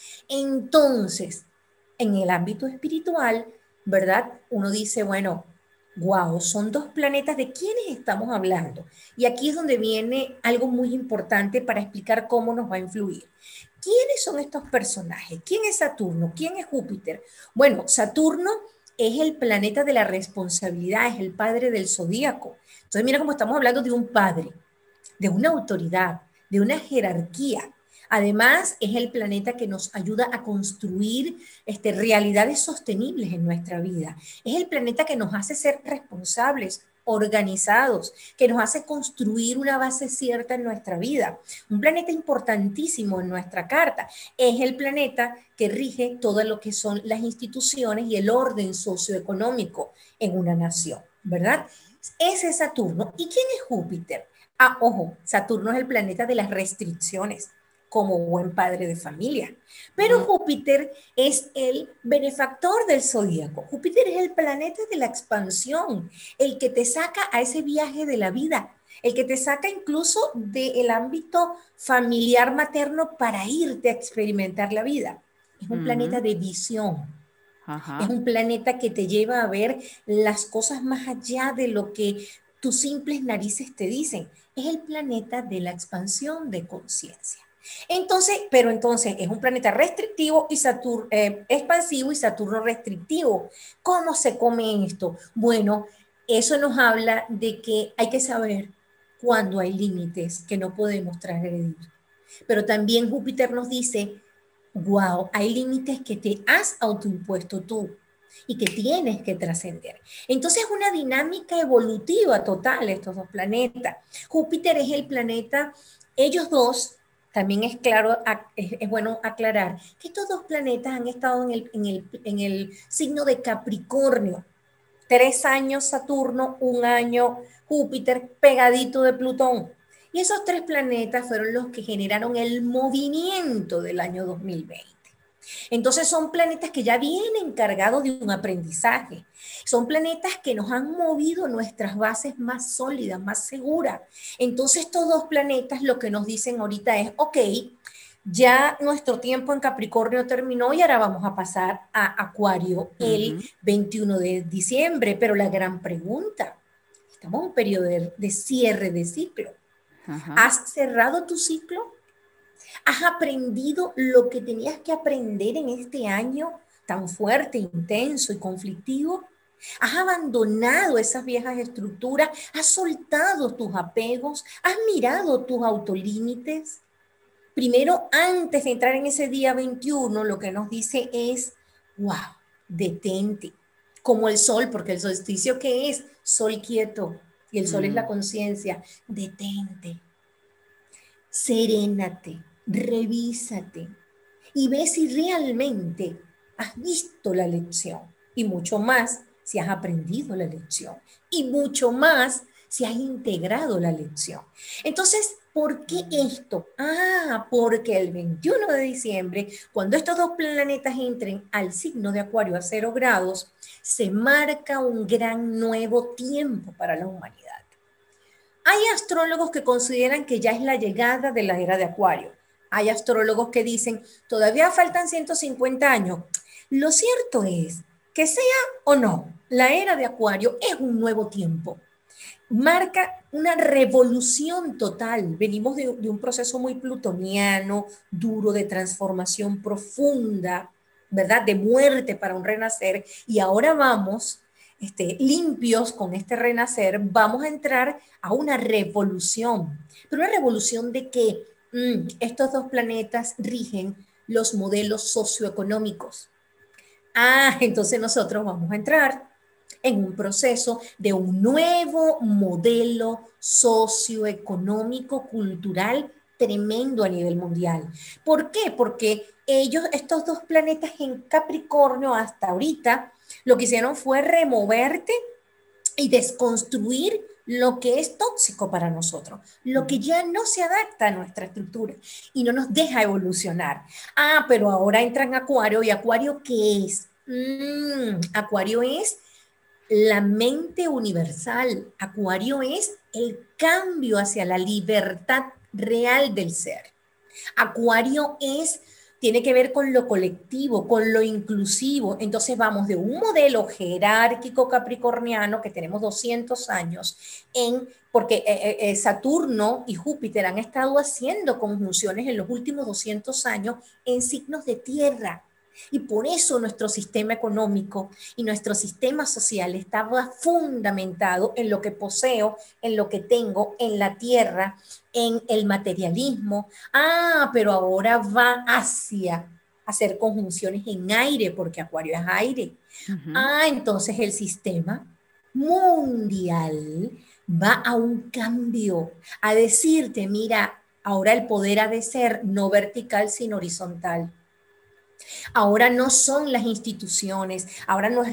Entonces, en el ámbito espiritual, ¿verdad? Uno dice, bueno, wow, son dos planetas, ¿de quiénes estamos hablando? Y aquí es donde viene algo muy importante para explicar cómo nos va a influir. ¿Quiénes son estos personajes? ¿Quién es Saturno? ¿Quién es Júpiter? Bueno, Saturno es el planeta de la responsabilidad, es el padre del zodíaco. Entonces, mira cómo estamos hablando de un padre, de una autoridad, de una jerarquía. Además, es el planeta que nos ayuda a construir realidades sostenibles en nuestra vida. Es el planeta que nos hace ser responsables, organizados, que nos hace construir una base cierta en nuestra vida. Un planeta importantísimo en nuestra carta. Es el planeta que rige todo lo que son las instituciones y el orden socioeconómico en una nación, ¿verdad? Ese es Saturno. ¿Y quién es Júpiter? Ah, ojo, Saturno es el planeta de las restricciones, como buen padre de familia. Pero Júpiter es el benefactor del zodíaco. Júpiter es el planeta de la expansión, el que te saca a ese viaje de la vida, el que te saca incluso del ámbito familiar materno para irte a experimentar la vida. Es un planeta de visión. Es un planeta que te lleva a ver las cosas más allá de lo que tus simples narices te dicen. Es el planeta de la expansión de conciencia. Entonces es un planeta restrictivo y Saturno expansivo y Saturno restrictivo. ¿Cómo se come esto? Bueno, eso nos habla de que hay que saber cuándo hay límites que no podemos transgredir. Pero también Júpiter nos dice, wow, hay límites que te has autoimpuesto tú y que tienes que trascender. Entonces es una dinámica evolutiva total estos dos planetas. Júpiter es el planeta, ellos dos. También es claro, es bueno aclarar que estos dos planetas han estado en el signo de Capricornio. 3 años Saturno, 1 año Júpiter, pegadito de Plutón. Y esos 3 planetas fueron los que generaron el movimiento del año 2020. Entonces son planetas que ya vienen cargados de un aprendizaje. Son planetas que nos han movido nuestras bases más sólidas, más seguras. Entonces estos dos planetas lo que nos dicen ahorita es, ok, ya nuestro tiempo en Capricornio terminó y ahora vamos a pasar a Acuario el 21 de diciembre. Pero la gran pregunta, estamos en un periodo de cierre de ciclo. ¿Has cerrado tu ciclo? ¿Has aprendido lo que tenías que aprender en este año tan fuerte, intenso y conflictivo? Has abandonado esas viejas estructuras, has soltado tus apegos, has mirado tus autolímites. Primero, antes de entrar en ese día 21, lo que nos dice es, wow, detente, como el sol, porque el solsticio, ¿qué es? Sol quieto, y el sol es la conciencia. Detente, serénate, revísate, y ve si realmente has visto la lección, y mucho más si has aprendido la lección, y mucho más si has integrado la lección. Entonces, ¿por qué esto? Porque el 21 de diciembre, cuando estos dos planetas entren al signo de Acuario a 0 grados, se marca un gran nuevo tiempo para la humanidad. Hay astrólogos que consideran que ya es la llegada de la era de Acuario. Hay astrólogos que dicen, todavía faltan 150 años. Lo cierto es que sea o no, la era de Acuario es un nuevo tiempo. Marca una revolución total. Venimos de un proceso muy plutoniano, duro, de transformación profunda, ¿verdad? De muerte para un renacer. Y ahora vamos, limpios con este renacer, vamos a entrar a una revolución. Pero una revolución de que estos dos planetas rigen los modelos socioeconómicos. Entonces nosotros vamos a entrar en un proceso de un nuevo modelo socioeconómico, cultural tremendo a nivel mundial. ¿Por qué? Porque estos dos planetas en Capricornio hasta ahorita, lo que hicieron fue removerte y desconstruir lo que es tóxico para nosotros, lo que ya no se adapta a nuestra estructura y no nos deja evolucionar. Pero ahora entran Acuario, ¿y Acuario qué es? Acuario es la mente universal. Acuario es el cambio hacia la libertad real del ser. Acuario tiene que ver con lo colectivo, con lo inclusivo. Entonces vamos de un modelo jerárquico capricorniano que tenemos 200 años porque Saturno y Júpiter han estado haciendo conjunciones en los últimos 200 años en signos de tierra. Y por eso nuestro sistema económico y nuestro sistema social estaba fundamentado en lo que poseo, en lo que tengo, en la tierra, en el materialismo. Pero ahora va hacia hacer conjunciones en aire, porque Acuario es aire. Entonces el sistema mundial va a un cambio, a decirte, mira, ahora el poder ha de ser no vertical, sino horizontal. Ahora no son las instituciones, ahora no es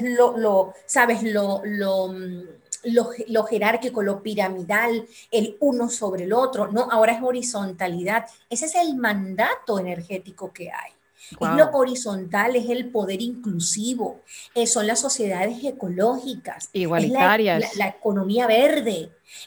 lo jerárquico, lo piramidal, el uno sobre el otro, no, ahora es horizontalidad. Ese es el mandato energético que hay. Wow. Es lo horizontal, es el poder inclusivo, son las sociedades ecológicas, igualitarias, es la economía verde,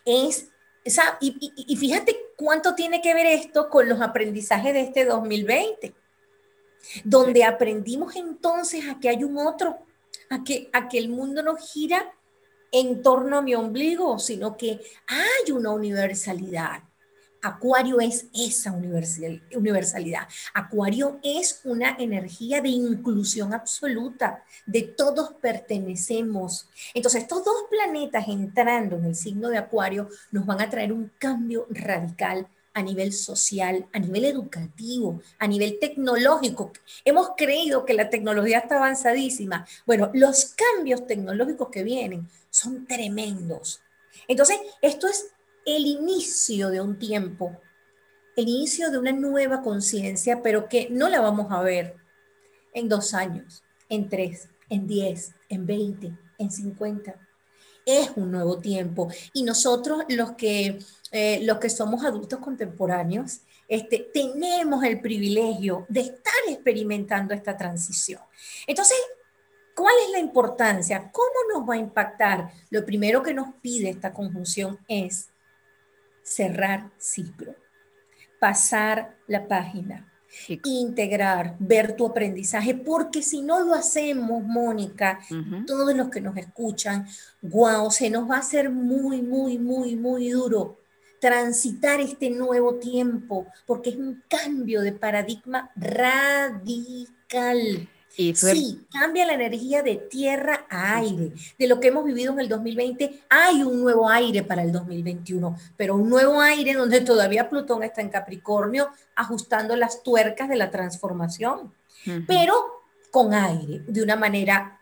y fíjate cuánto tiene que ver esto con los aprendizajes de este 2020. Donde aprendimos entonces a que hay un otro, a que el mundo no gira en torno a mi ombligo, sino que hay una universalidad. Acuario es esa universalidad. Acuario es una energía de inclusión absoluta, de todos pertenecemos. Entonces, estos dos planetas entrando en el signo de Acuario nos van a traer un cambio radical a nivel social, a nivel educativo, a nivel tecnológico. Hemos creído que la tecnología está avanzadísima. Bueno, los cambios tecnológicos que vienen son tremendos. Entonces, esto es el inicio de un tiempo, el inicio de una nueva conciencia, pero que no la vamos a ver en 2 años, en 3, en 10, en 20, en 50. Es un nuevo tiempo. Y nosotros los que somos adultos contemporáneos, tenemos el privilegio de estar experimentando esta transición. Entonces, ¿cuál es la importancia? ¿Cómo nos va a impactar? Lo primero que nos pide esta conjunción es cerrar ciclo, pasar la página, integrar, ver tu aprendizaje, porque si no lo hacemos, Mónica, todos los que nos escuchan, wow, se nos va a hacer muy, muy, muy, muy duro transitar este nuevo tiempo, porque es un cambio de paradigma radical. Y Sí, cambia la energía de tierra a aire. De lo que hemos vivido en el 2020, hay un nuevo aire para el 2021, pero un nuevo aire donde todavía Plutón está en Capricornio, ajustando las tuercas de la transformación, pero con aire, de una manera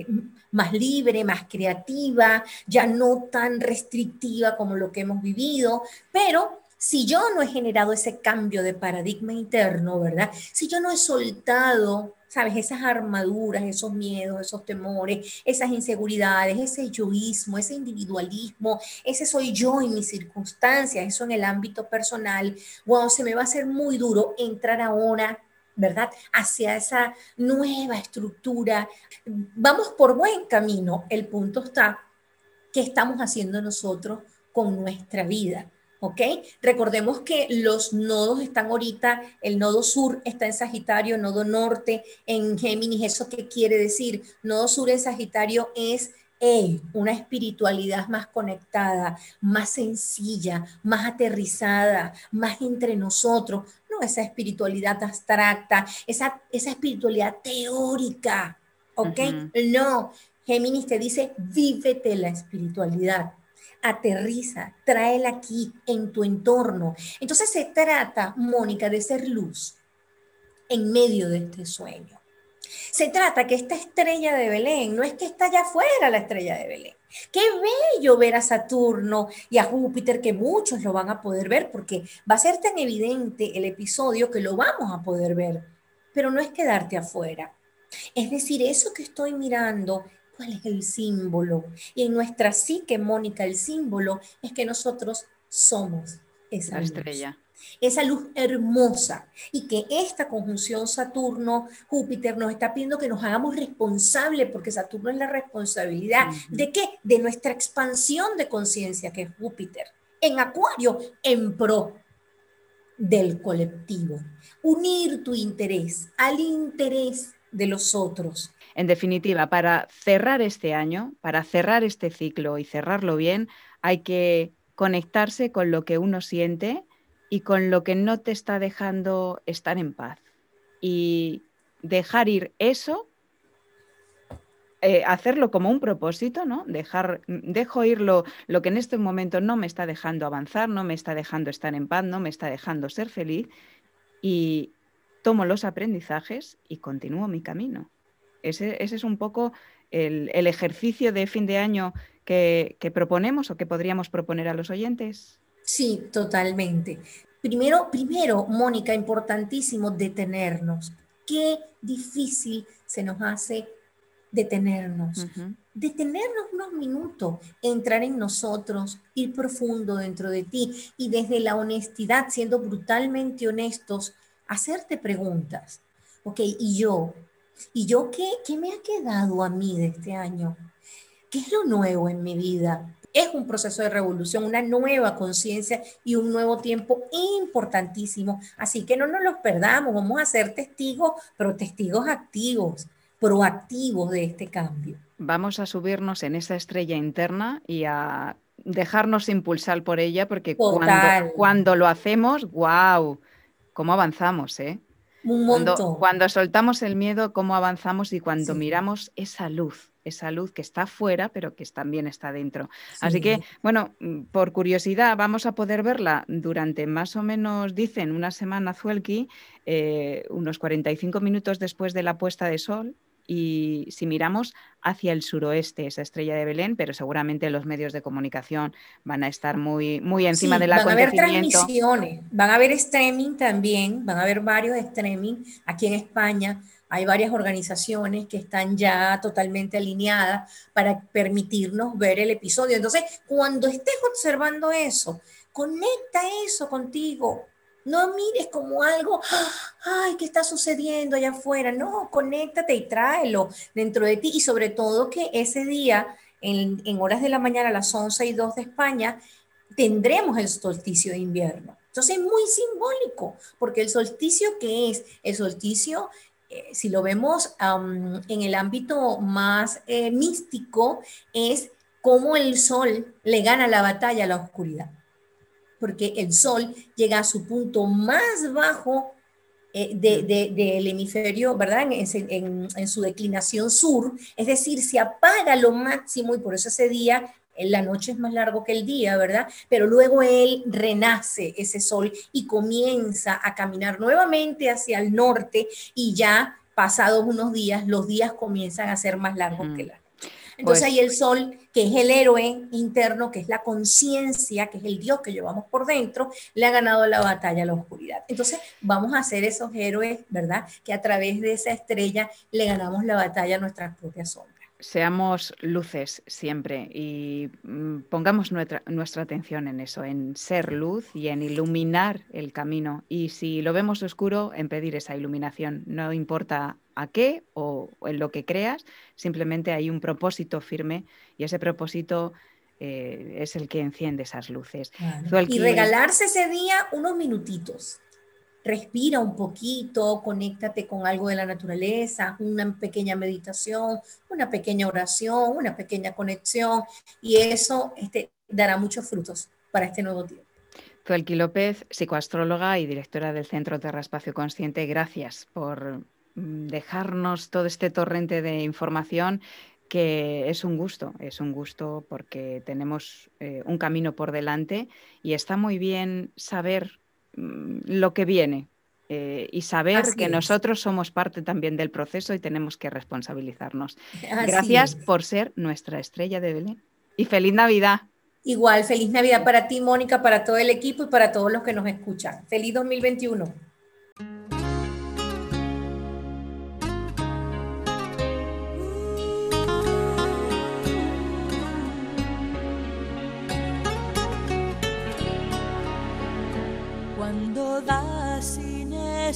más libre, más creativa, ya no tan restrictiva como lo que hemos vivido, pero si yo no he generado ese cambio de paradigma interno, ¿verdad? Si yo no he soltado, ¿sabes? Esas armaduras, esos miedos, esos temores, esas inseguridades, ese yoísmo, ese individualismo, ese soy yo y mis circunstancias, eso en el ámbito personal, wow, se me va a hacer muy duro entrar ahora, ¿verdad? Hacia esa nueva estructura. Vamos por buen camino. El punto está, ¿qué estamos haciendo nosotros con nuestra vida? ¿Ok? Recordemos que los nodos están ahorita, el nodo sur está en Sagitario, nodo norte en Géminis. ¿Eso qué quiere decir? Nodo sur en Sagitario es una espiritualidad más conectada, más sencilla, más aterrizada, más entre nosotros. No esa espiritualidad abstracta, esa espiritualidad teórica. ¿Ok? No, Géminis te dice, vívete la espiritualidad, aterriza, tráela aquí en tu entorno. Entonces se trata, Mónica, de ser luz en medio de este sueño. Se trata que esta estrella de Belén, no es que está allá afuera la estrella de Belén. Qué bello ver a Saturno y a Júpiter, que muchos lo van a poder ver, porque va a ser tan evidente el episodio que lo vamos a poder ver. Pero no es quedarte afuera. Es decir, eso que estoy mirando, ¿cuál es el símbolo? Y en nuestra psique, Mónica, el símbolo es que nosotros somos esa la luz. estrella. Esa luz hermosa, y que esta conjunción Saturno-Júpiter nos está pidiendo que nos hagamos responsables, porque Saturno es la responsabilidad. ¿De qué? De nuestra expansión de conciencia, que es Júpiter, en Acuario, en pro del colectivo. Unir tu interés al interés de los otros. En definitiva, para cerrar este año, para cerrar este ciclo y cerrarlo bien, hay que conectarse con lo que uno siente y con lo que no te está dejando estar en paz. Y dejar ir eso, hacerlo como un propósito, ¿no? Dejo ir lo que en este momento no me está dejando avanzar, no me está dejando estar en paz, no me está dejando ser feliz, y tomo los aprendizajes y continúo mi camino. Ese es un poco el ejercicio de fin de año que proponemos o que podríamos proponer a los oyentes. Sí, totalmente. Primero, Mónica, importantísimo detenernos. Qué difícil se nos hace detenernos. Detenernos unos minutos, entrar en nosotros, ir profundo dentro de ti y desde la honestidad, siendo brutalmente honestos, hacerte preguntas. Ok, ¿y yo? ¿Y yo qué me ha quedado a mí de este año? ¿Qué es lo nuevo en mi vida? Es un proceso de revolución, una nueva conciencia y un nuevo tiempo importantísimo. Así que no nos los perdamos, vamos a ser testigos, pero testigos activos, proactivos de este cambio. Vamos a subirnos en esa estrella interna y a dejarnos impulsar por ella, porque cuando lo hacemos, ¡wow! ¿Cómo avanzamos, eh? Un montón. Cuando soltamos el miedo, cómo avanzamos, y cuando miramos esa luz que está afuera, pero que también está dentro. Sí. Así que, bueno, por curiosidad, vamos a poder verla durante más o menos, dicen, una semana, Zuelki, unos 45 minutos después de la puesta de sol. Y si miramos hacia el suroeste, esa estrella de Belén, pero seguramente los medios de comunicación van a estar muy, muy encima del acontecimiento. Van a haber transmisiones, van a haber streaming también, van a haber varios streaming aquí en España. Hay varias organizaciones que están ya totalmente alineadas para permitirnos ver el episodio. Entonces, cuando estés observando eso, conecta eso contigo. No mires como algo, ay, ¿qué está sucediendo allá afuera? No, conéctate y tráelo dentro de ti. Y sobre todo que ese día, en horas de la mañana, a las 11:02 de España, tendremos el solsticio de invierno. Entonces es muy simbólico, porque el solsticio, ¿qué es? El solsticio, si lo vemos en el ámbito más místico, es cómo el sol le gana la batalla a la oscuridad. Porque el sol llega a su punto más bajo del hemisferio, ¿verdad? En su declinación sur, es decir, se apaga lo máximo y por eso ese día, la noche es más largo que el día, ¿verdad? Pero luego él renace ese sol y comienza a caminar nuevamente hacia el norte y ya pasados unos días, los días comienzan a ser más largos que la noche. Entonces ahí el sol, que es el héroe interno, que es la conciencia, que es el Dios que llevamos por dentro, le ha ganado la batalla a la oscuridad. Entonces vamos a ser esos héroes, ¿verdad? Que a través de esa estrella le ganamos la batalla a nuestras propias sombras. Seamos luces siempre y pongamos nuestra atención en eso, en ser luz y en iluminar el camino. Y si lo vemos oscuro, en pedir esa iluminación. No importa a qué o en lo que creas, simplemente hay un propósito firme y ese propósito es el que enciende esas luces. Claro. Y regalarse ese día unos minutitos. Respira un poquito, conéctate con algo de la naturaleza, una pequeña meditación, una pequeña oración, una pequeña conexión, y eso dará muchos frutos para este nuevo tiempo. Zuelki López, psicoastróloga y directora del Centro Terra Espacio Consciente, gracias por dejarnos todo este torrente de información que es un gusto porque tenemos un camino por delante y está muy bien saber lo que viene y saber que nosotros somos parte también del proceso y tenemos que responsabilizarnos. Gracias por ser nuestra estrella de Belén y feliz Navidad. Igual, feliz Navidad para ti, Mónica, para todo el equipo y para todos los que nos escuchan. Feliz 2021. Cuando das sin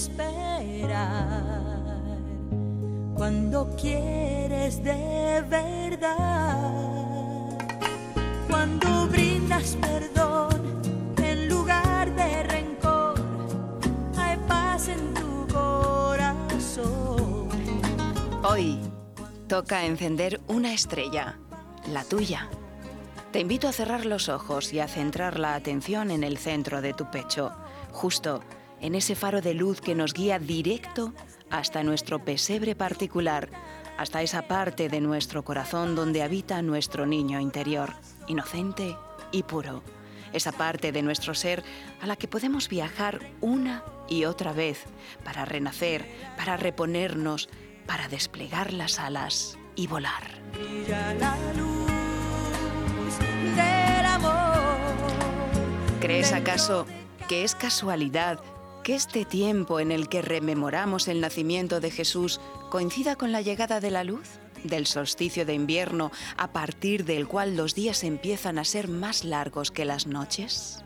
esperar, cuando quieres de verdad, cuando brindas perdón en lugar de rencor, hay paz en tu corazón. Hoy toca encender una estrella, la tuya. Te invito a cerrar los ojos y a centrar la atención en el centro de tu pecho, justo en ese faro de luz que nos guía directo hasta nuestro pesebre particular, hasta esa parte de nuestro corazón donde habita nuestro niño interior, inocente y puro. Esa parte de nuestro ser a la que podemos viajar una y otra vez para renacer, para reponernos, para desplegar las alas y volar. Brilla la luz del amor. ¿Crees acaso que es casualidad que este tiempo en el que rememoramos el nacimiento de Jesús coincida con la llegada de la luz, del solsticio de invierno, a partir del cual los días empiezan a ser más largos que las noches?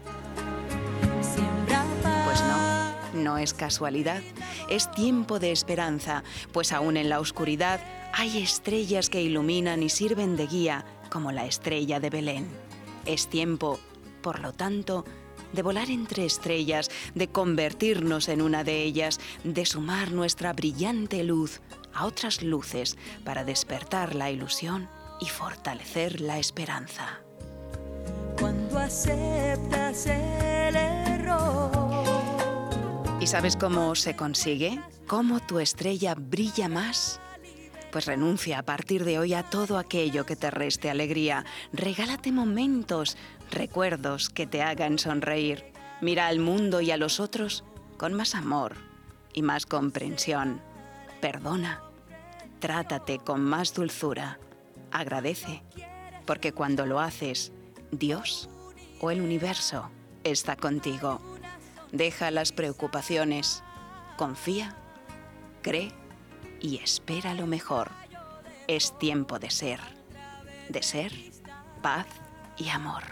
Pues no es casualidad, es tiempo de esperanza, pues aún en la oscuridad hay estrellas que iluminan y sirven de guía, como la estrella de Belén. Es tiempo, por lo tanto, de volar entre estrellas, de convertirnos en una de ellas, de sumar nuestra brillante luz a otras luces para despertar la ilusión y fortalecer la esperanza. Cuando aceptas el error. ¿Y sabes cómo se consigue? ¿Cómo tu estrella brilla más? Pues renuncia a partir de hoy a todo aquello que te reste alegría. Regálate momentos, recuerdos que te hagan sonreír. Mira al mundo y a los otros con más amor y más comprensión. Perdona, trátate con más dulzura. Agradece, porque cuando lo haces, Dios o el universo está contigo. Deja las preocupaciones, confía, cree y espera lo mejor. Es tiempo de ser paz y amor.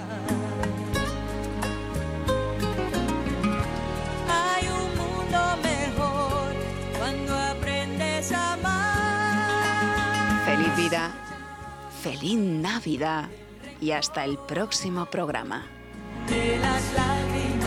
Hay un mundo mejor cuando aprendes a amar. Feliz vida, feliz Navidad y hasta el próximo programa. De las lágrimas